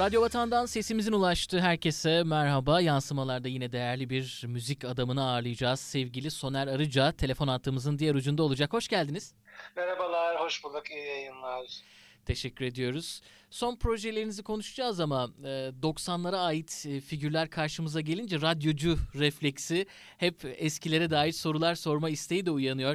Radyo Vatan'dan sesimizin ulaştığı herkese merhaba. Yansımalarda yine değerli bir müzik adamını ağırlayacağız. Sevgili Soner Arıca telefon hattımızın diğer ucunda olacak. Hoş geldiniz. Merhabalar, hoş bulduk, iyi yayınlar. Teşekkür ediyoruz. Son projelerinizi konuşacağız ama 90'lara ait figürler karşımıza gelince radyocu refleksi hep eskilere dair sorular sorma isteği de uyanıyor.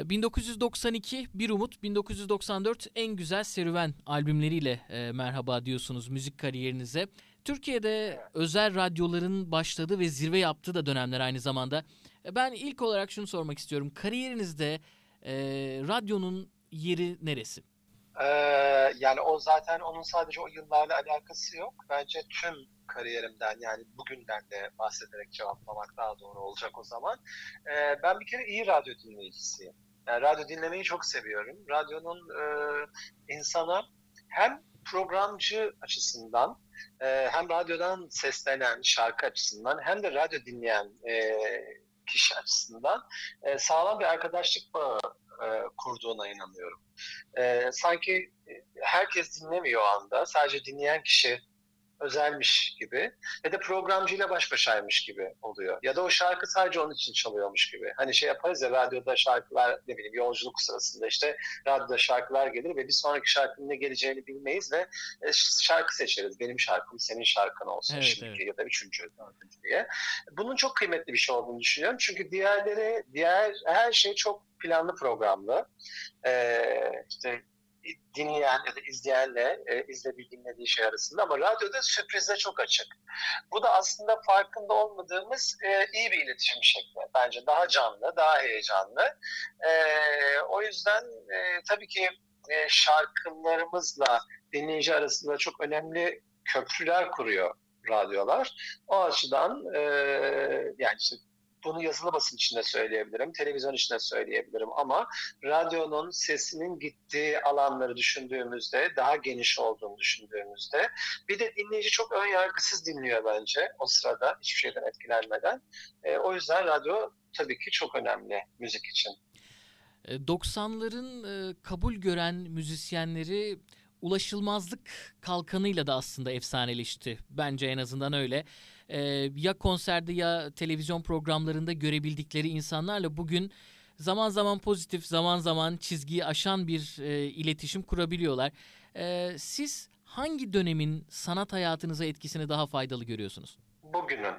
1992 Bir Umut, 1994 En Güzel Serüven albümleriyle merhaba diyorsunuz müzik kariyerinize. Türkiye'de Evet. özel radyoların başladığı ve zirve yaptığı da dönemler aynı zamanda. Ben ilk olarak şunu sormak istiyorum. Kariyerinizde radyonun yeri neresi? Yani o zaten onun sadece o yıllarla alakası yok. Bence tüm kariyerimden yani bugünden de bahsederek cevaplamak daha doğru olacak o zaman. Ben bir kere iyi radyo dinleyicisiyim. Yani radyo dinlemeyi çok seviyorum. Radyonun insana hem programcı açısından hem radyodan seslenen şarkı açısından hem de radyo dinleyen kişi açısından sağlam bir arkadaşlık bağı kurduğuna inanıyorum. Sanki herkes dinlemiyor o anda. Sadece dinleyen kişi özelmiş gibi ya da programcıyla baş başaymış gibi oluyor. Ya da o şarkı sadece onun için çalıyormuş gibi. Hani şey yaparız ya radyoda şarkılar ne bileyim yolculuk sırasında işte radyoda şarkılar gelir ve bir sonraki şarkının ne geleceğini bilmeyiz ve şarkı seçeriz. Benim şarkım senin şarkın olsun Evet, evet. şimdiki ya da üçüncü, dördüncü diye. Bunun çok kıymetli bir şey olduğunu düşünüyorum. Çünkü diğer her şey çok planlı programlı. İşte dinleyen ya da izleyenle izlediği dinlediği şey arasında ama radyoda sürprize çok açık. Bu da aslında farkında olmadığımız iyi bir iletişim şekli. Bence daha canlı, daha heyecanlı. O yüzden tabii ki şarkılarımızla dinleyici arasında çok önemli köprüler kuruyor radyolar. O açıdan yani işte bunu yazılı basın içinde söyleyebilirim, televizyon içinde söyleyebilirim ama radyonun sesinin gittiği alanları düşündüğümüzde, daha geniş olduğunu düşündüğümüzde bir de dinleyici çok ön yargısız dinliyor bence o sırada hiçbir şeyden etkilenmeden. O yüzden radyo tabii ki çok önemli müzik için. 90'ların kabul gören müzisyenleri ulaşılmazlık kalkanıyla da aslında efsaneleşti. Bence en azından öyle. Ya konserde ya televizyon programlarında görebildikleri insanlarla bugün zaman zaman pozitif, zaman zaman çizgiyi aşan bir iletişim kurabiliyorlar. Siz hangi dönemin sanat hayatınıza etkisini daha faydalı görüyorsunuz? Bugünün.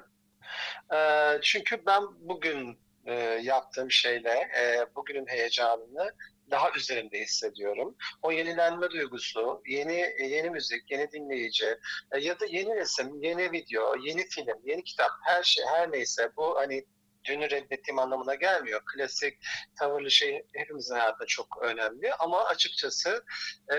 Çünkü ben bugün yaptığım şeyle bugünün heyecanını daha üzerinde hissediyorum. O yenilenme duygusu, yeni müzik, yeni dinleyici ya da yeni resim, yeni video, yeni film, yeni kitap, her şey her neyse bu hani dünü reddettiğim anlamına gelmiyor. Klasik tavırlı şey hepimizin hayatında çok önemli ama açıkçası e,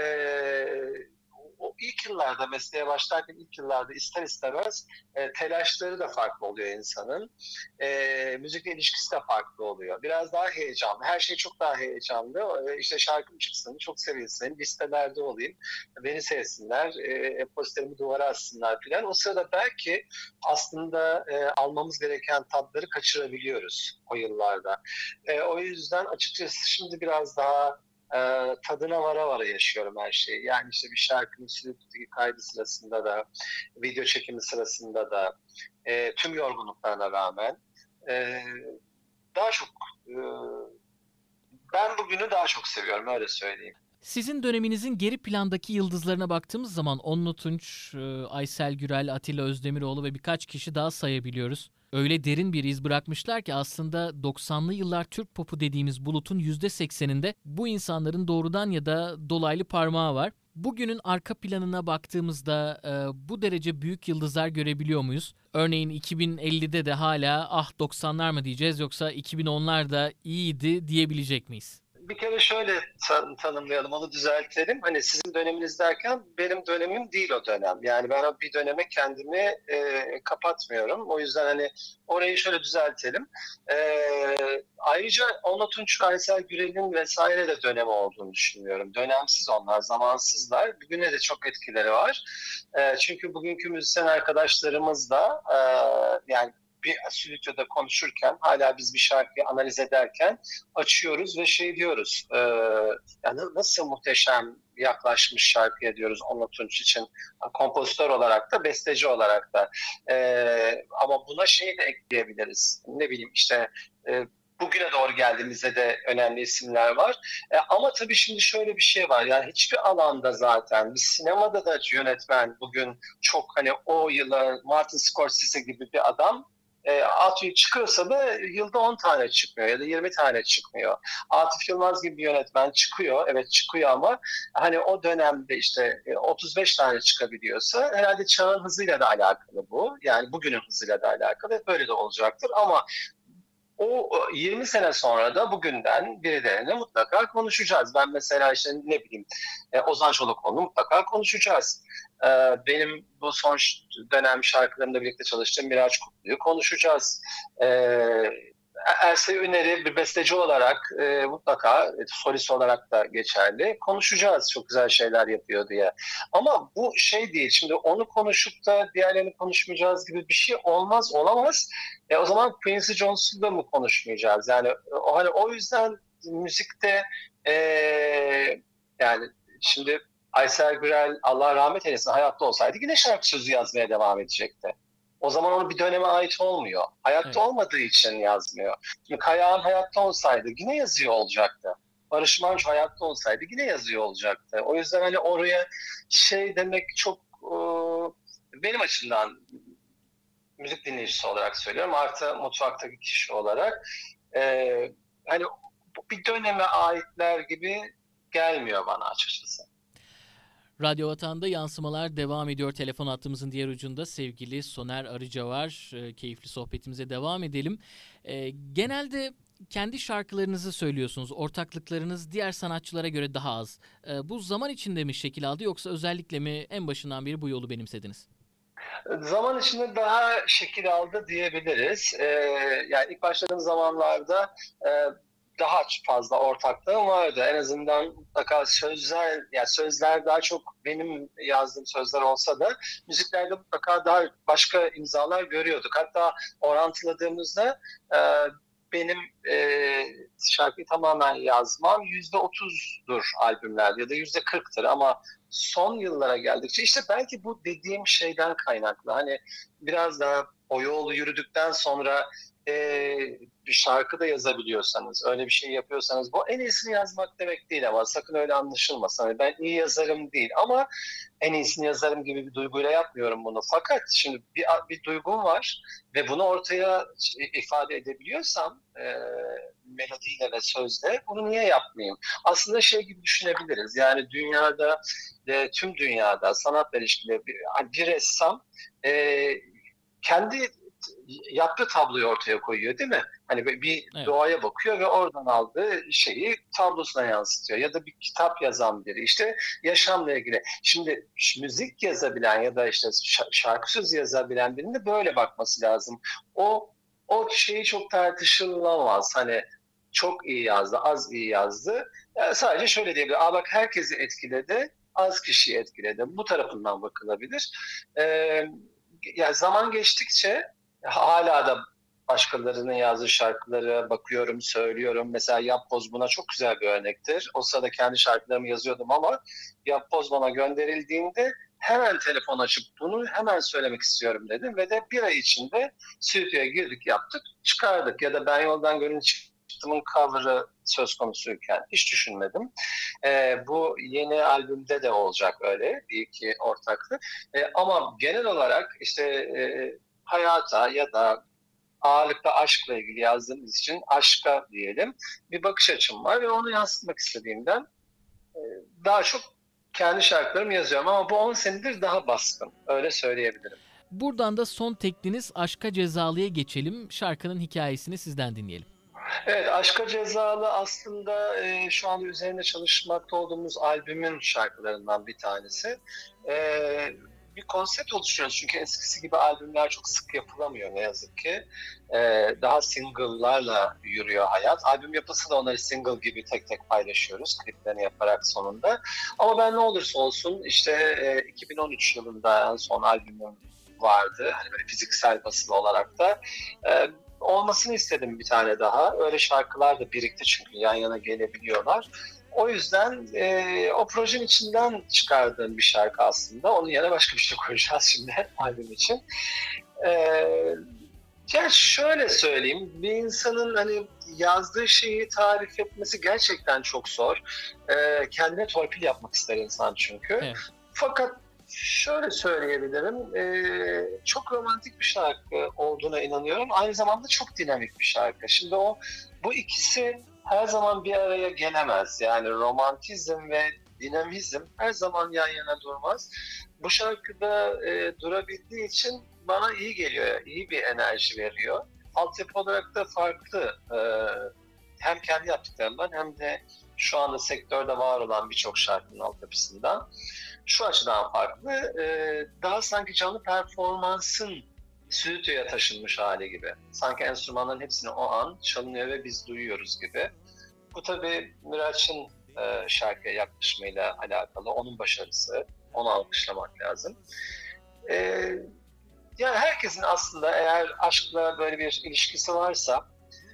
o ilk yıllarda mesleğe başlarken ilk yıllarda ister istemez telaşları da farklı oluyor insanın. Müzikle ilişkisi de farklı oluyor. Biraz daha heyecanlı. Her şey çok daha heyecanlı. İşte şarkım çıksın, çok sevilsin, listelerde olayım, beni sevsinler, posterimi duvara assınlar filan. O sırada belki aslında almamız gereken tatları kaçırabiliyoruz o yıllarda. O yüzden açıkçası şimdi biraz daha tadına vara vara yaşıyorum her şeyi. Yani işte bir şarkının stüdyodaki kaydı sırasında da, video çekimi sırasında da, tüm yorgunluklarına rağmen e, daha çok e, ben bugünü daha çok seviyorum öyle söyleyeyim. Sizin döneminizin geri plandaki yıldızlarına baktığımız zaman Onno Tunç, Aysel Gürel, Atilla Özdemiroğlu ve birkaç kişi daha sayabiliyoruz. Öyle derin bir iz bırakmışlar ki aslında 90'lı yıllar Türk popu dediğimiz bulutun %80'inde bu insanların doğrudan ya da dolaylı parmağı var. Bugünün arka planına baktığımızda bu derece büyük yıldızlar görebiliyor muyuz? Örneğin 2050'de de hala ah 90'lar mı diyeceğiz yoksa 2010'lar da iyiydi diyebilecek miyiz? Bir kere şöyle tanımlayalım, onu düzeltelim. Hani sizin döneminiz derken benim dönemim değil o dönem. Yani ben o bir döneme kendimi kapatmıyorum. O yüzden hani orayı şöyle düzeltelim. Ayrıca Onur Tunç, Aysel Gürel'in vesaire de dönemi olduğunu düşünüyorum. Dönemsiz onlar, zamansızlar. Bugüne de çok etkileri var. Çünkü bugünkü müzisyen arkadaşlarımız da yani bir stüdyoda konuşurken, hala biz bir şarkıyı analiz ederken açıyoruz ve şey diyoruz. Yani nasıl muhteşem yaklaşmış şarkıya diyoruz Onur Tunç için. Kompozitör olarak da, besteci olarak da. Ama buna şey de ekleyebiliriz. Ne bileyim işte bugüne doğru geldiğimizde de önemli isimler var. Ama tabii şimdi şöyle bir şey var. Yani hiçbir alanda zaten, bir sinemada da yönetmen bugün çok hani o yıla Martin Scorsese gibi bir adam atıyor çıkıyorsa da yılda 10 tane çıkmıyor ya da 20 tane çıkmıyor. Atıf Yılmaz gibi bir yönetmen çıkıyor. Evet çıkıyor ama hani o dönemde işte 35 tane çıkabiliyorsa herhalde çağın hızıyla da alakalı bu. Yani bugünün hızıyla da alakalı. Böyle de olacaktır ama o 20 sene sonra da bugünden birilerine mutlaka konuşacağız. Ben mesela işte ne bileyim Ozan Çolakoğlu'nu mutlaka konuşacağız. E, Benim bu son dönem şarkılarımda birlikte çalıştığım Miraç Kutlu'yu konuşacağız. Ersel Üner'i bir besteci olarak mutlaka solist olarak da geçerli. Konuşacağız çok güzel şeyler yapıyor diye. Ama bu şey değil. Şimdi onu konuşup da diğerlerini konuşmayacağız gibi bir şey olmaz, olamaz. O zaman Quincy Jones'u da mı konuşmayacağız? Yani hani o yüzden müzikte e, yani şimdi Aysel Gürel Allah rahmet eylesin hayatta olsaydı yine şarkı sözü yazmaya devam edecekti. O zaman onun bir döneme ait olmuyor. Hayatta Evet. olmadığı için yazmıyor. Şimdi Kayağan hayatta olsaydı yine yazıyor olacaktı. Barış Manço hayatta olsaydı yine yazıyor olacaktı. O yüzden hani oraya şey demek çok benim açımdan müzik dinleyicisi olarak söylüyorum. Artı mutfaktaki kişi olarak hani bir döneme aitler gibi gelmiyor bana açıkçası. Radyo Vatan'da yansımalar devam ediyor. Telefon hattımızın diğer ucunda sevgili Soner Arıca var. Keyifli sohbetimize devam edelim. Genelde kendi şarkılarınızı söylüyorsunuz. Ortaklıklarınız diğer sanatçılara göre daha az. Bu zaman içinde mi şekil aldı yoksa özellikle mi en başından beri bu yolu benimsediniz? Zaman içinde daha şekil aldı diyebiliriz. Yani ilk başladığım zamanlarda daha fazla ortaklığım vardı. En azından mutlaka sözler, yani sözler daha çok benim yazdığım sözler olsa da müziklerde mutlaka daha başka imzalar görüyorduk. Hatta orantıladığımızda e, benim şarkıyı tamamen yazmam %30'dur albümlerde ya da %40'tır ama son yıllara geldikçe işte belki bu dediğim şeyden kaynaklı. Hani biraz daha o yolu yürüdükten sonra bir şarkı da yazabiliyorsanız, öyle bir şey yapıyorsanız bu en iyisini yazmak demek değil ama sakın öyle anlaşılmasın. Hani ben iyi yazarım değil ama en iyisini yazarım gibi bir duyguyla yapmıyorum bunu. Fakat şimdi bir duygum var ve bunu ortaya ifade edebiliyorsam melodiyle ve sözle bunu niye yapmayayım? Aslında şey gibi düşünebiliriz. Yani dünyada tüm dünyada sanatla ilişkili bir ressam e, kendi yaptığı tabloyu ortaya koyuyor değil mi? Hani bir Evet. doğaya bakıyor ve oradan aldığı şeyi tablosuna yansıtıyor. Ya da bir kitap yazan biri işte yaşamla ilgili. Şimdi müzik yazabilen ya da işte şarkı sözü yazabilen birinin de böyle bakması lazım. O o şeyi çok tartışılamaz. Hani çok iyi yazdı, az iyi yazdı. Yani sadece şöyle diyebilir. Aa bak herkesi etkiledi, az kişiyi etkiledi. Bu tarafından bakılabilir. Ee, Yani zaman geçtikçe hala da başkalarının yazdığı şarkılara bakıyorum, söylüyorum. Mesela Yapboz buna çok güzel bir örnektir. O sırada kendi şarkılarımı yazıyordum ama Yapboz bana gönderildiğinde hemen telefon açıp bunu hemen söylemek istiyorum dedim. Ve de bir ay içinde stüdyoya girdik, yaptık, çıkardık. Ya da Ben Yoldan Gönül Çıktım'ın cover'ı söz konusuyken hiç düşünmedim. Bu yeni albümde de olacak öyle bir iki ortaklık. Ama genel olarak işte hayata ya da ağırlıkla aşkla ilgili yazdığımız için aşka diyelim bir bakış açım var ve onu yansıtmak istediğimden e, daha çok kendi şarkılarımı yazıyorum ama bu 10 senedir daha baskın. Öyle söyleyebilirim. Buradan da son tekliniz Aşka Cezalı'ya geçelim. Şarkının hikayesini sizden dinleyelim. Evet, Aşka Cezalı aslında şu anda üzerinde çalışmakta olduğumuz albümün şarkılarından bir tanesi. E, Bir konsept oluşturuyoruz çünkü eskisi gibi albümler çok sık yapılamıyor ne yazık ki. Daha single'larla yürüyor hayat. Albüm yapısı da onları single gibi tek tek paylaşıyoruz kliplerini yaparak sonunda. Ama ben ne olursa olsun işte 2013 yılında en son albümüm vardı. Hani böyle fiziksel basılı olarak da. E, Olmasını istedim bir tane daha. Öyle şarkılar da birikti çünkü yan yana gelebiliyorlar. O yüzden o projenin içinden çıkardığım bir şarkı aslında. Onun yerine başka bir şey koyacağız şimdi albüm için. E, Ya şöyle söyleyeyim, bir insanın hani yazdığı şeyi tarif etmesi gerçekten çok zor. Kendine torpil yapmak ister insan çünkü. Evet. Fakat şöyle söyleyebilirim, çok romantik bir şarkı olduğuna inanıyorum. Aynı zamanda çok dinamik bir şarkı. Şimdi bu ikisi her zaman bir araya gelemez. Yani romantizm ve dinamizm her zaman yan yana durmaz. Bu şarkıda durabildiği için bana iyi geliyor, iyi bir enerji veriyor. Altyapı olarak da farklı. Hem kendi yaptıklarımdan hem de şu anda sektörde var olan birçok şarkının altyapısından. Şu açıdan farklı, daha sanki canlı performansın stüdyoya taşınmış hali gibi. Sanki enstrümanların hepsini o an çalınıyor ve biz duyuyoruz gibi. Bu tabii Miraç'ın şarkıya yaklaşımıyla alakalı, onun başarısı, onu alkışlamak lazım. E, Yani herkesin aslında eğer aşkla böyle bir ilişkisi varsa,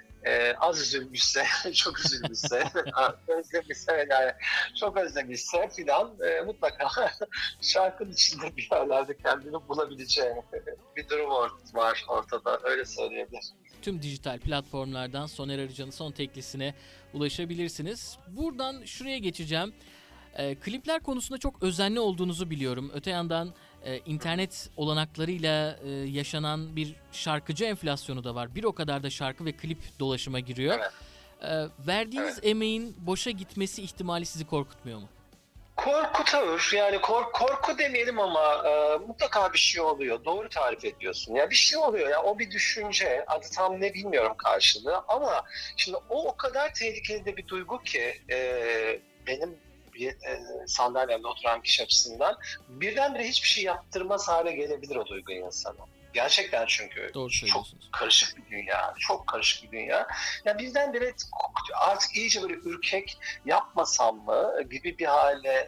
az üzülmüşse, çok üzülmüşse, özlemişse, yani çok özlemişse filan mutlaka şarkının içinde bir yerlerde kendini bulabileceği bir durum var ortada. Öyle söyleyebilirim. Tüm dijital platformlardan Soner Arıcan'ın son teklisine ulaşabilirsiniz. Buradan şuraya geçeceğim. Klipler konusunda çok özenli olduğunuzu biliyorum. Öte yandan internet olanaklarıyla yaşanan bir şarkıcı enflasyonu da var. Bir o kadar da şarkı ve klip dolaşıma giriyor. Evet. Verdiğiniz Evet. emeğin boşa gitmesi ihtimali sizi korkutmuyor mu? Korkutur. Yani korku demeyelim ama mutlaka bir şey oluyor. Doğru tarif ediyorsun. Ya bir şey oluyor ya, o bir düşünce. Adı tam ne bilmiyorum karşılığı, ama şimdi o kadar tehlikeli de bir duygu ki benim sandalyemde oturan kişi açısından birdenbire hiçbir şey yaptırmaz hale gelebilir o duygu insana. Gerçekten, çünkü Doğru çok söylüyorsunuz. karışık bir dünya. Çok karışık bir dünya. Ya birdenbire artık iyice böyle ürkek, yapmasam mı gibi bir hale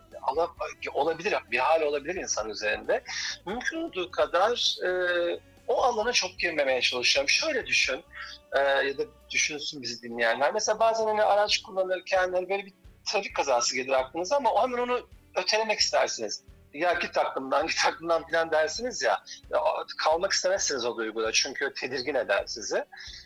olabilir, bir hal olabilir insan üzerinde. Mümkün olduğu kadar o alana çok girmemeye çalışıyorum. Şöyle düşün, ya da düşünsün bizi dinleyenler. Mesela bazen hani araç kullanırken hani böyle bir trafik kazası gelir aklınıza, ama hemen onu ötelemek istersiniz. Ya git aklımdan, git aklımdan falan dersiniz ya. Kalmak istemezsiniz o duyguda, çünkü tedirgin eder sizi.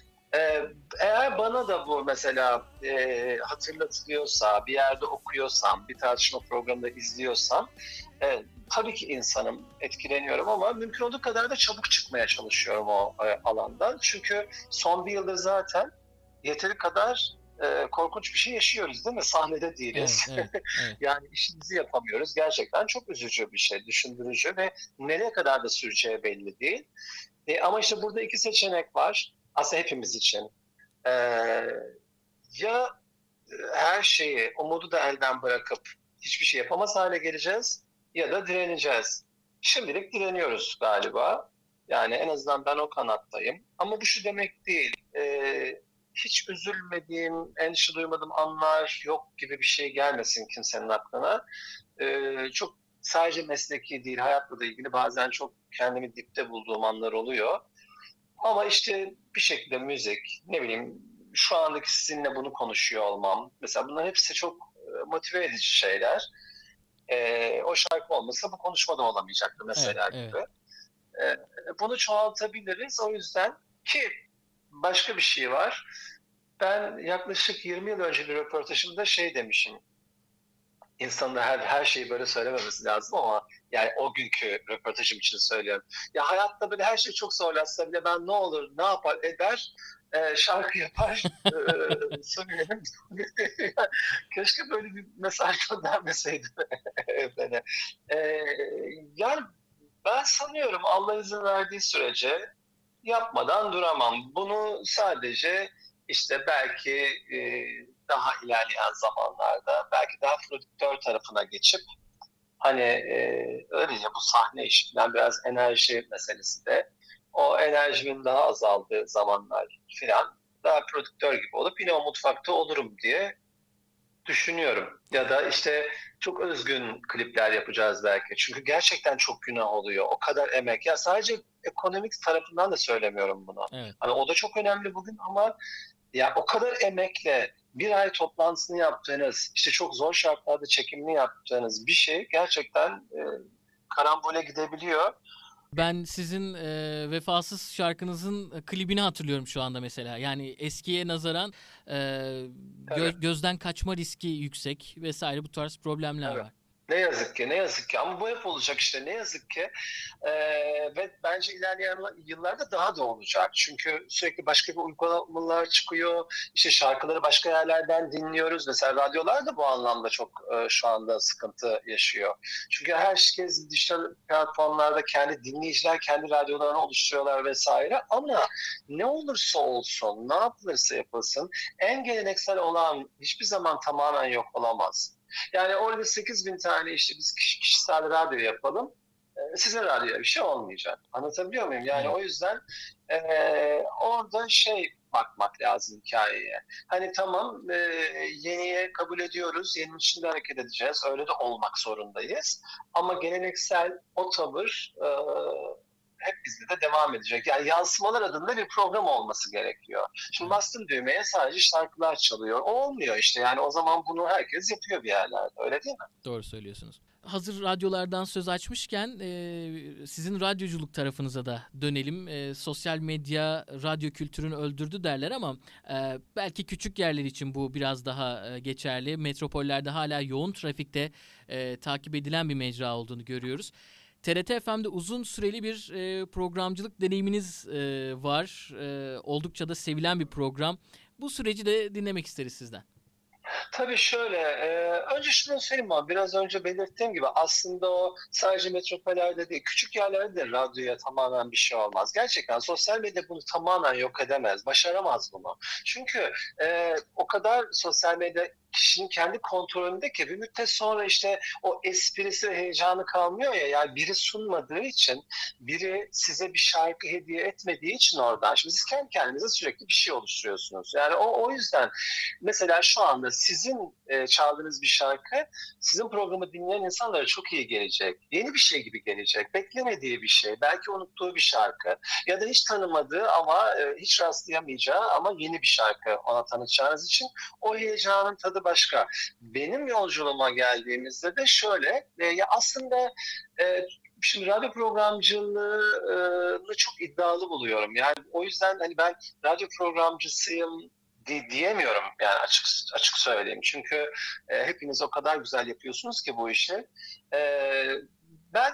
Eğer bana da bu mesela hatırlatılıyorsa, bir yerde okuyorsam, bir tartışma programında izliyorsam, tabii ki insanım, etkileniyorum, ama mümkün olduğu kadar da çabuk çıkmaya çalışıyorum o alandan. Çünkü son bir yıldır zaten yeteri kadar korkunç bir şey yaşıyoruz, değil mi? Sahnede Evet, değiliz. evet, evet. Yani işimizi yapamıyoruz. Gerçekten çok üzücü bir şey, düşündürücü ve nereye kadar da süreceği belli değil. Ama işte burada iki seçenek var. Aslında hepimiz için. Ee, Ya her şeyi, umudu da elden bırakıp hiçbir şey yapamaz hale geleceğiz, ya da direneceğiz. Şimdilik direniyoruz galiba. Yani en azından ben o kanattayım. Ama bu şu demek değil. Hiç üzülmediğim, endişe duymadığım anlar yok gibi bir şey gelmesin kimsenin aklına. Çok sadece mesleki değil, hayatla da ilgili bazen çok kendimi dipte bulduğum anlar oluyor. Ama işte bir şekilde müzik, ne bileyim, şu andaki sizinle bunu konuşuyor olmam. Mesela bunların hepsi çok motive edici şeyler. O şarkı olmasa bu konuşma da olamayacaktı Evet, mesela evet. gibi. Bunu çoğaltabiliriz. O yüzden ki başka bir şey var. Ben yaklaşık 20 yıl önce bir röportajımda şey demişim. İnsanın her şeyi böyle söylememesi lazım, ama yani o günkü röportajım için söylüyorum. Ya hayatta böyle her şey çok zorlaşsa bile ben ne olur, ne yapar, eder, şarkı yapar, söylerim. Keşke böyle bir mesaj göndermeseydim evrene. E, Yani ben sanıyorum Allah izin verdiği sürece yapmadan duramam. Bunu sadece işte belki daha ilerleyen zamanlarda, belki daha prodüktör tarafına geçip, hani öyle ya, bu sahne işi falan biraz enerji meselesi de, o enerjimin daha azaldığı zamanlar falan daha prodüktör gibi olup yine o mutfakta olurum diye Düşünüyorum. Ya da işte çok özgün klipler yapacağız belki. Çünkü gerçekten çok günah oluyor. O kadar emek. Ya sadece ekonomik tarafından da söylemiyorum bunu. Evet. Hani o da çok önemli bugün ama ya o kadar emekle bir ay toplantısını yaptığınız, işte çok zor şartlarda çekimini yaptığınız bir şey gerçekten karambole gidebiliyor. Ben sizin Vefasız şarkınızın klibini hatırlıyorum şu anda mesela. Yani eskiye nazaran Tabii. gözden kaçma riski yüksek vesaire, bu tarz problemler Evet. var. Ne yazık ki, ne yazık ki. Ama bu hep olacak işte. Ne yazık ki. Ve bence ilerleyen yıllarda daha da olacak. Çünkü sürekli başka bir uygulamalar çıkıyor. İşte şarkıları başka yerlerden dinliyoruz. Mesela radyolar da bu anlamda çok şu anda sıkıntı yaşıyor. Çünkü herkes dijital platformlarda kendi dinleyiciler, kendi radyolarını oluşturuyorlar vesaire. Ama ne olursa olsun, ne yapılırsa yapılsın en geleneksel olan hiçbir zaman tamamen yok olamaz. Yani orada 8.000 tane işte biz kişisel radyo yapalım. Sizin radyoya bir şey olmayacak. Anlatabiliyor muyum? Yani Evet. o yüzden orada bakmak lazım hikayeye. Hani tamam, yeniye kabul ediyoruz. Yeninin içinde hareket edeceğiz. Öyle de olmak zorundayız. Ama geleneksel o tavır hep bizde de devam edecek. Yani yansımalar adında bir program olması gerekiyor. Şimdi Evet. bastım düğmeye sadece şarkılar çalıyor. O olmuyor işte. Yani o zaman bunu herkes yapıyor bir yerlerde. Öyle değil mi? Doğru söylüyorsunuz. Hazır radyolardan söz açmışken sizin radyoculuk tarafınıza da dönelim. Sosyal medya radyo kültürünü öldürdü derler ama belki küçük yerler için bu biraz daha geçerli. Metropollerde hala yoğun trafikte takip edilen bir mecra olduğunu görüyoruz. TRT FM'de uzun süreli bir programcılık deneyiminiz var. Oldukça da sevilen bir program. Bu süreci de dinlemek isteriz sizden. Tabii şöyle, önce şunu söyleyeyim ama biraz önce belirttiğim gibi aslında o sadece metropollerde değil, küçük yerlerde de radyoya tamamen bir şey olmaz. Gerçekten sosyal medya bunu tamamen yok edemez, başaramaz bunu. Çünkü o kadar sosyal medya kişinin kendi kontrolünde ki bir müddet sonra işte o esprisi ve heyecanı kalmıyor ya. Yani biri sunmadığı için, biri size bir şarkı hediye etmediği için oradan. Şimdi siz kendi kendinize sürekli bir şey oluşturuyorsunuz. Yani o yüzden mesela şu anda sizin çaldığınız bir şarkı sizin programı dinleyen insanlara çok iyi gelecek. Yeni bir şey gibi gelecek. Beklemediği bir şey. Belki unuttuğu bir şarkı. Ya da hiç tanımadığı ama hiç rastlayamayacağı ama yeni bir şarkı ona tanıtacağınız için o heyecanın tadı başka. Benim yolculuğuma geldiğimizde de şöyle, ya aslında şimdi radyo programcılığını çok iddialı buluyorum. Yani o yüzden hani ben radyo programcısıyım diyemiyorum yani açık söyleyeyim. Çünkü hepiniz o kadar güzel yapıyorsunuz ki bu işi. E, Ben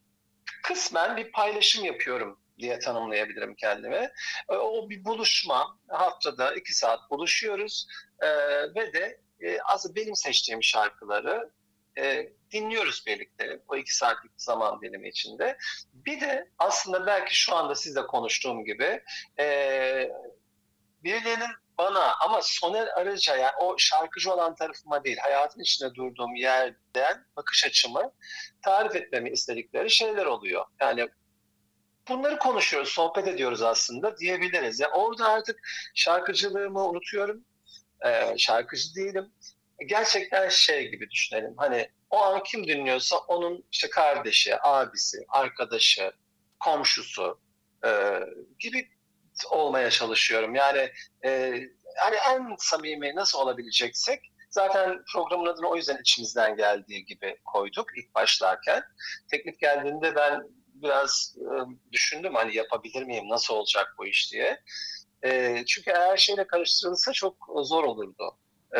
kısmen bir paylaşım yapıyorum diye tanımlayabilirim kendimi. O bir buluşma, haftada 2 saat buluşuyoruz ve de aslında benim seçtiğim şarkıları dinliyoruz birlikte o 2 saatlik zaman dilimi içinde. Bir de aslında belki şu anda sizle konuştuğum gibi e, birilerinin bana ama Soner Arıca yani o şarkıcı olan tarafıma değil hayatın içinde durduğum yerden bakış açımı tarif etmemi istedikleri şeyler oluyor. Yani bunları konuşuyoruz, sohbet ediyoruz aslında diyebiliriz. Yani orada artık şarkıcılığımı unutuyorum. Şarkıcı değilim. Gerçekten şey gibi düşünelim. Hani o an kim dinliyorsa onun işte kardeşi, abisi, arkadaşı, komşusu e, gibi olmaya çalışıyorum. Yani hani en samimi nasıl olabileceksek zaten programın adını o yüzden içimizden geldiği gibi koyduk ilk başlarken. Teklif geldiğinde ben biraz düşündüm hani yapabilir miyim, nasıl olacak bu iş diye. Çünkü her şeyle karıştırılsa çok zor olurdu. E,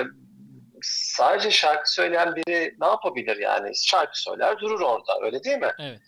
Sadece şarkı söyleyen biri ne yapabilir yani? Şarkı söyler durur orada öyle değil mi? Evet.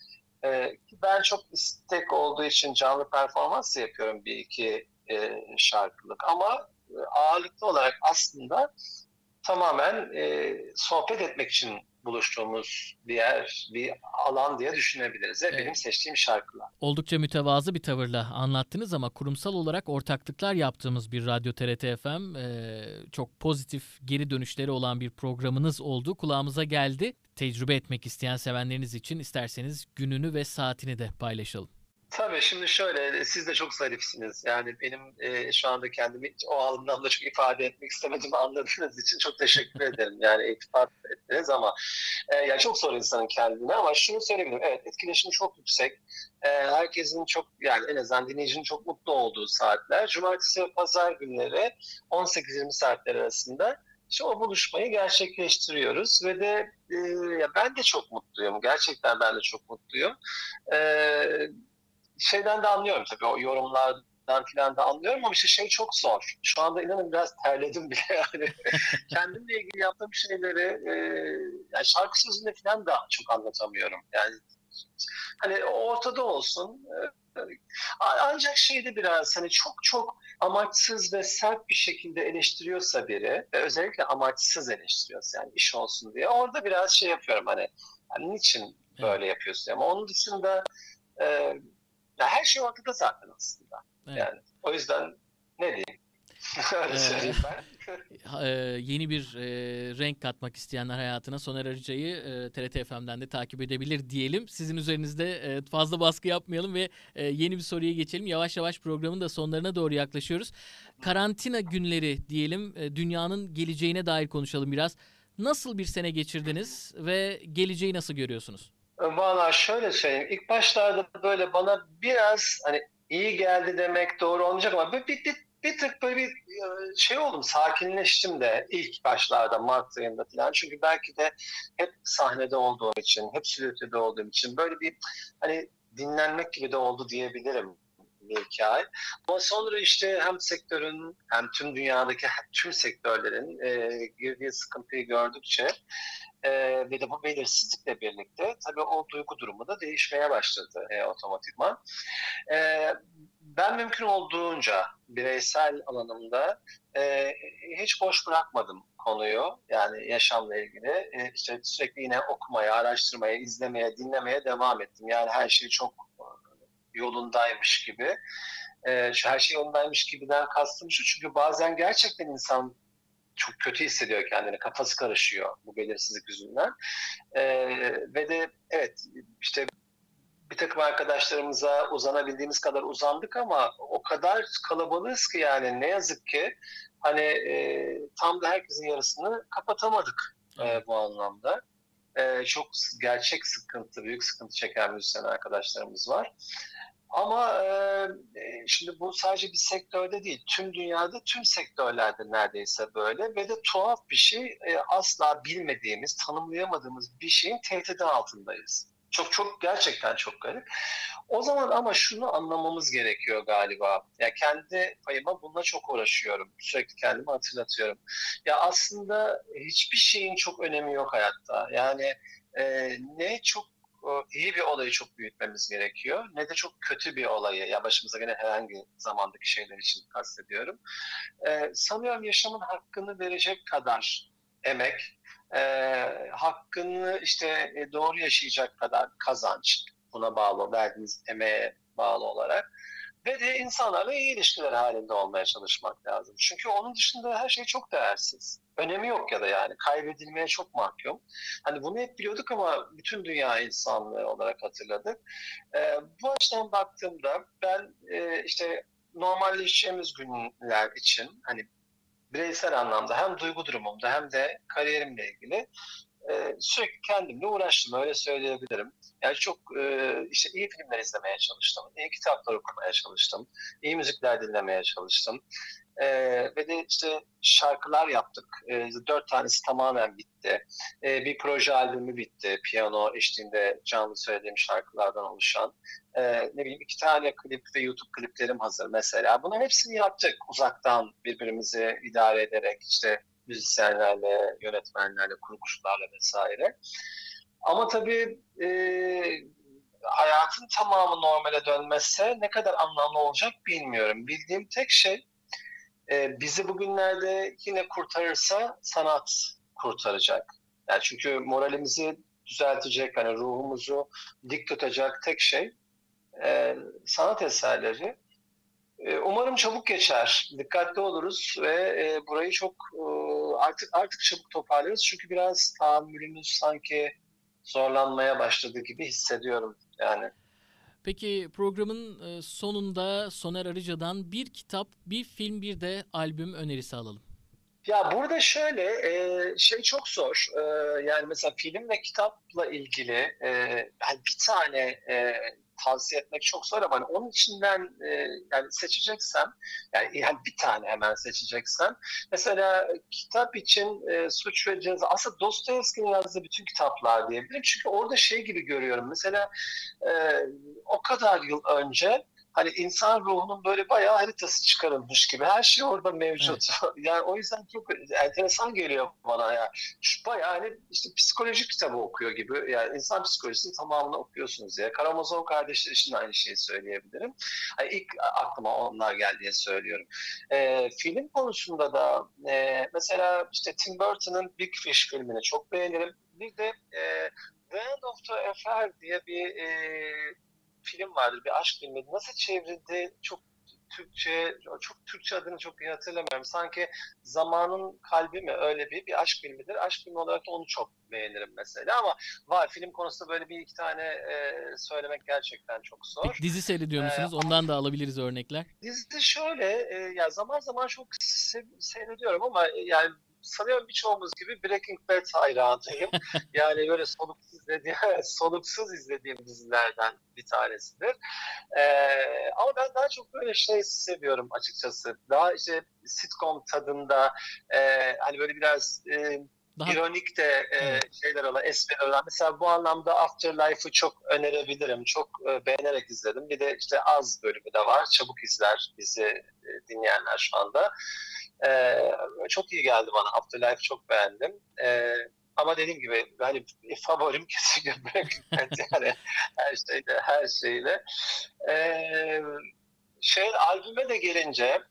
Ben çok istek olduğu için canlı performans da yapıyorum bir iki şarkılık ama ağırlıklı olarak aslında tamamen sohbet etmek için buluştuğumuz bir yer, bir alan diye düşünebiliriz. Ve benim Evet. seçtiğim şarkılar. Oldukça mütevazı bir tavırla anlattınız ama kurumsal olarak ortaklıklar yaptığımız bir radyo TRT FM, çok pozitif geri dönüşleri olan bir programınız oldu. Kulağımıza geldi. Tecrübe etmek isteyen sevenleriniz için isterseniz gününü ve saatini de paylaşalım. Tabii, şimdi şöyle, siz de çok zarifsiniz. Yani benim, şu anda kendimi o anlamda çok ifade etmek istemediğimi anladığınız için çok teşekkür ederim. Yani iltifat ettiniz ama, ya çok zor insanın kendine ama şunu söyleyebilirim. Evet, etkileşimi çok yüksek. Herkesin çok, yani en azından dinleyicinin çok mutlu olduğu saatler. Cumartesi ve pazar günleri 18-20 saatler arasında işte o buluşmayı gerçekleştiriyoruz ve de, ya ben de çok mutluyum. Gerçekten ben de çok mutluyum. Eee Şeyden de anlıyorum tabii, o yorumlardan filan da anlıyorum ama işte şey çok zor. Şu anda inanın biraz terledim bile yani. Kendimle ilgili yaptığım şeyleri, yani şarkı sözünde filan da çok anlatamıyorum. Yani hani ortada olsun. Ancak şeyde biraz hani çok çok amaçsız ve sert bir şekilde eleştiriyorsa biri ve özellikle amaçsız eleştiriyorsa, yani iş olsun diye, orada biraz şey yapıyorum, hani niçin Evet, böyle yapıyorsun, ama onun dışında, e, ya her şey ortada zaten aslında. evet. Yani o yüzden ne diyeyim? Öyle Eee, söyleyeyim ben. Yeni bir renk katmak isteyenler hayatına Soner Arıcı'yı TRT FM'den de takip edebilir diyelim. Sizin üzerinizde fazla baskı yapmayalım ve yeni bir soruya geçelim. Yavaş yavaş programın da sonlarına doğru yaklaşıyoruz. Karantina günleri diyelim, dünyanın geleceğine dair konuşalım biraz. Nasıl bir sene geçirdiniz ve geleceği nasıl görüyorsunuz? Valla şöyle söyleyeyim. İlk başlarda böyle bana biraz hani iyi geldi demek doğru olmayacak ama bir tık böyle bir, şey oldum, sakinleştim de ilk başlarda Mart ayında falan. Çünkü belki de hep sahnede olduğum için, hep stüdyoda olduğum için böyle bir hani dinlenmek gibi de oldu diyebilirim bir iki ay. Ama sonra işte hem sektörün hem tüm dünyadaki tüm sektörlerin girdiği sıkıntıyı gördükçe, ve de bu belirsizlikle birlikte tabii o duygu durumu da değişmeye başladı, otomatikman. E, Ben mümkün olduğunca bireysel alanımda, e, hiç boş bırakmadım konuyu. Yani yaşamla ilgili. İşte sürekli yine okumaya, araştırmaya, izlemeye, dinlemeye devam ettim. Yani her şey çok yolundaymış gibi. Şu her şey yolundaymış gibiden kastım şu. Çünkü bazen gerçekten insan çok kötü hissediyor kendini. Kafası karışıyor bu belirsizlik yüzünden. Ve de evet, işte bir takım arkadaşlarımıza uzanabildiğimiz kadar uzandık ama o kadar kalabalığız ki, yani ne yazık ki hani, tam da herkesin yarısını kapatamadık, Evet. bu anlamda. Çok gerçek sıkıntı, büyük sıkıntı çeken müzisyen arkadaşlarımız var. Ama şimdi bu sadece bir sektörde değil, tüm dünyada, tüm sektörlerde neredeyse böyle ve de tuhaf bir şey, asla bilmediğimiz, tanımlayamadığımız bir şeyin tehdidi altındayız. Çok çok gerçekten çok garip. O zaman ama şunu anlamamız gerekiyor galiba. Ya kendi payıma bununla çok uğraşıyorum. Sürekli kendimi hatırlatıyorum. Ya aslında hiçbir şeyin çok önemi yok hayatta. Yani, ne çok iyi bir olayı çok büyütmemiz gerekiyor, ne de çok kötü bir olayı, ya başımıza gelen herhangi zamandaki şeyler için kastediyorum. Sanıyorum yaşamın hakkını verecek kadar emek, hakkını işte, doğru yaşayacak kadar kazanç, buna bağlı, verdiğiniz emeğe bağlı olarak ve de insanlarla iyi ilişkiler halinde olmaya çalışmak lazım. Çünkü onun dışında her şey çok değersiz. Önemi yok ya da yani kaybedilmeye çok mahkum. Hani bunu hep biliyorduk ama bütün dünya insanlığı olarak hatırladık. Bu açıdan baktığımda ben, işte normalleşeceğimiz günler için hani bireysel anlamda hem duygu durumumda hem de kariyerimle ilgili, sürekli kendimle uğraştım, öyle söyleyebilirim. Yani çok, işte iyi filmler izlemeye çalıştım, iyi kitaplar okumaya çalıştım, iyi müzikler dinlemeye çalıştım. Ve de işte şarkılar yaptık. 4 tanesi tamamen bitti. Bir proje albümü bitti. Piyano eşliğinde canlı söylediğim şarkılardan oluşan. Ne bileyim, 2 tane klip ve YouTube kliplerim hazır mesela. Bunların hepsini yaptık. Uzaktan birbirimizi idare ederek, işte müzisyenlerle, yönetmenlerle, kurgucularla vesaire. Ama tabii, hayatın tamamı normale dönmezse ne kadar anlamlı olacak bilmiyorum. Bildiğim tek şey, bizi bugünlerde yine kurtarırsa sanat kurtaracak. Yani çünkü moralimizi düzeltecek, hani ruhumuzu dik tutacak tek şey, sanat eserleri. Umarım çabuk geçer, dikkatli oluruz ve, burayı çok, artık çabuk toparlarız. Çünkü biraz tahammülümüz sanki zorlanmaya başladı gibi hissediyorum yani. Peki programın sonunda Soner Arıca'dan bir kitap, bir film, bir de albüm önerisi alalım. Ya burada şöyle şey çok zor. Yani mesela film ve kitapla ilgili yani bir tane tavsiye etmek çok zor ama hani onun içinden yani seçeceksem yani bir tane hemen seçeceksem mesela kitap için Suç ve Ceza aslında Dostoyevski'nin yazdığı bütün kitaplar diyebilirim. Çünkü orada şey gibi görüyorum. Mesela e, o kadar yıl önce hani insan ruhunun böyle bayağı haritası çıkarılmış gibi. Her şey orada Evet. mevcut. Yani o yüzden çok enteresan geliyor bana ya. Şu bayağı hani işte psikolojik kitabı okuyor gibi. Yani insan psikolojisinin tamamını okuyorsunuz ya. Karamazov kardeşler için aynı şeyi söyleyebilirim. Hani ilk aklıma onlar geldi diye söylüyorum. Film konusunda da mesela işte Tim Burton'ın Big Fish filmini çok beğenirim. Bir de The End of the Affair diye bir film vardır, bir aşk filmi. Nasıl çevrildi çok Türkçe, çok Türkçe adını çok iyi hatırlamıyorum. Sanki Zamanın Kalbi mi öyle bir aşk filmidir. Aşk filmi olarak da onu çok beğenirim mesela ama var film konusunda böyle bir iki tane söylemek gerçekten çok Peki zor. dizi seyrediyor E, musunuz? Ondan da alabiliriz örnekler. Dizide şöyle, ya zaman zaman çok seyrediyorum ama yani sanıyorum birçoğumuz gibi Breaking Bad hayranıyım. Yani böyle soluksuz izlediğim dizilerden bir tanesidir. E, Ama ben daha çok böyle şey seviyorum açıkçası. Daha işte sitcom tadında, hani böyle biraz Daha ironik de evet. şeyler olan, espriler olan. Mesela bu anlamda Afterlife'ı çok önerebilirim. Çok beğenerek izledim. Bir de işte az bölümü de var. Çabuk izler bizi dinleyenler şu anda. Çok iyi geldi bana. Afterlife çok beğendim. Ama dediğim gibi hani favorim kesinlikle Breaking Bad yani her şeyle her şeyle. Ee, albüme de gelince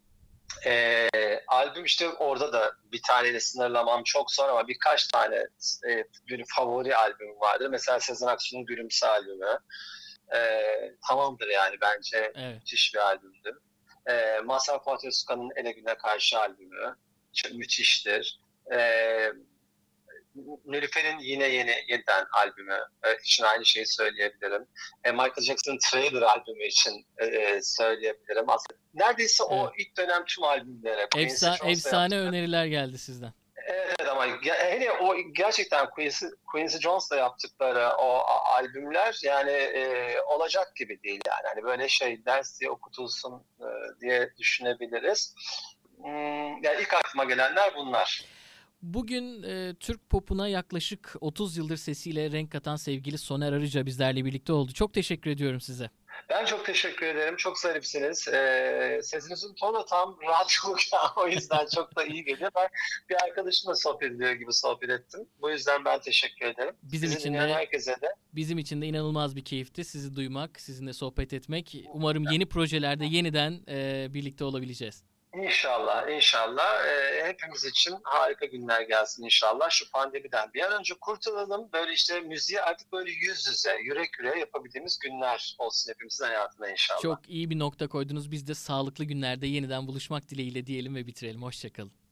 albüm işte orada da bir taneyle sınırlamam çok zor ama birkaç tane bir favori albüm vardır. Mesela Sezen Aksu'nun Gülümse albümü. Tamamdır yani bence Evet. müthiş bir albümdür. Mazhar Fuat Özkan'ın Ele Güne Karşı albümü çok müthiştir. E, Nilüfer'in yine yeniden albümü için aynı şeyi söyleyebilirim. Michael Jackson'ın Thriller albümü için söyleyebilirim. Aslında neredeyse Evet. o ilk dönem tüm albümlere Quincy Jones'la Efsane yaptıkları. öneriler geldi sizden. Evet ama hele o gerçekten Quincy Jones'la yaptıkları o albümler yani olacak gibi değil yani. Hani böyle şey ders diye okutulsun diye düşünebiliriz. Yani ilk aklıma gelenler bunlar. Bugün Türk popuna yaklaşık 30 yıldır sesiyle renk katan sevgili Soner Arıca bizlerle birlikte oldu. Çok teşekkür ediyorum size. Ben çok teşekkür ederim. Çok zarifsiniz. Sesinizin tonu tam rahatlık ya. O yüzden çok da iyi geliyor. Ben bir arkadaşımla sohbet ediyor gibi sohbet ettim. Bu yüzden ben teşekkür ederim. Bizim Bizi için dinleyen de herkese de bizim için de inanılmaz bir keyifti sizi duymak, sizinle sohbet etmek. Umarım yeni projelerde yeniden birlikte olabileceğiz. inşallah, inşallah hepimiz için harika günler gelsin inşallah. Şu pandemiden bir an önce kurtulalım. Böyle işte müziği artık böyle yüz yüze, yürek yüreğe yapabildiğimiz günler olsun hepimizin hayatında inşallah. Çok iyi bir nokta koydunuz. Biz de sağlıklı günlerde yeniden buluşmak dileğiyle diyelim ve bitirelim. Hoşça kalın.